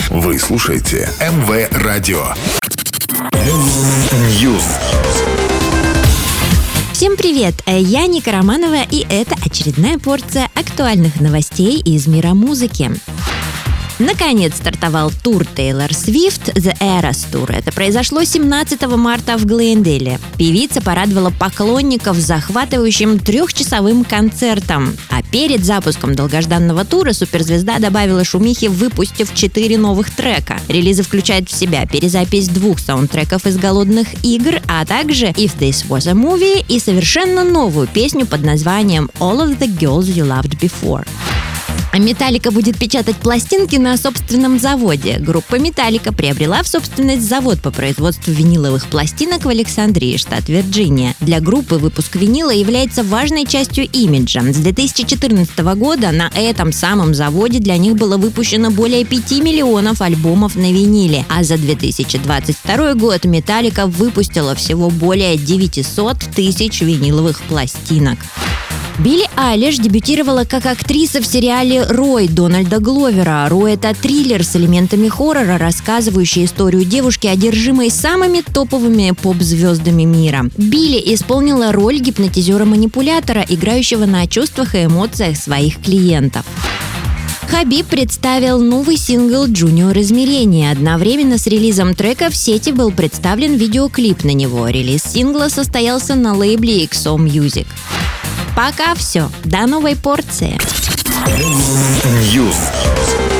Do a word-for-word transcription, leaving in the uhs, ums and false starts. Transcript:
Вы слушаете эм вэ Радио. News. Всем привет! Я Ника Романова, и это очередная порция актуальных новостей из мира музыки. Наконец стартовал тур Тейлор Свифт The Eras Tour. Это произошло семнадцатого марта в Глендейле. Певица порадовала поклонников захватывающим трехчасовым концертом. А перед запуском долгожданного тура суперзвезда добавила шумихи, выпустив четыре новых трека. Релизы включают в себя перезапись двух саундтреков из «Голодных игр», а также «If This Was a Movie» и совершенно новую песню под названием «All of the Girls You Loved Before». А Металлика будет печатать пластинки на собственном заводе. Группа Металлика приобрела в собственность завод по производству виниловых пластинок в Александрии, штат Вирджиния. Для группы выпуск винила является важной частью имиджа. С две тысячи четырнадцатого года на этом самом заводе для них было выпущено более пяти миллионов альбомов на виниле, а за две тысячи двадцать второй год Металлика выпустила всего более девятьсот тысяч виниловых пластинок. Билли Айлиш дебютировала как актриса в сериале «Рой» Дональда Гловера. «Рой» — это триллер с элементами хоррора, рассказывающий историю девушки, одержимой самыми топовыми поп-звездами мира. Билли исполнила роль гипнотизера-манипулятора, играющего на чувствах и эмоциях своих клиентов. Хабиб представил новый сингл «Junior измерение». Одновременно с релизом трека в сети был представлен видеоклип на него. Релиз сингла состоялся на лейбле икс о Music. Пока все. До новой порции. News.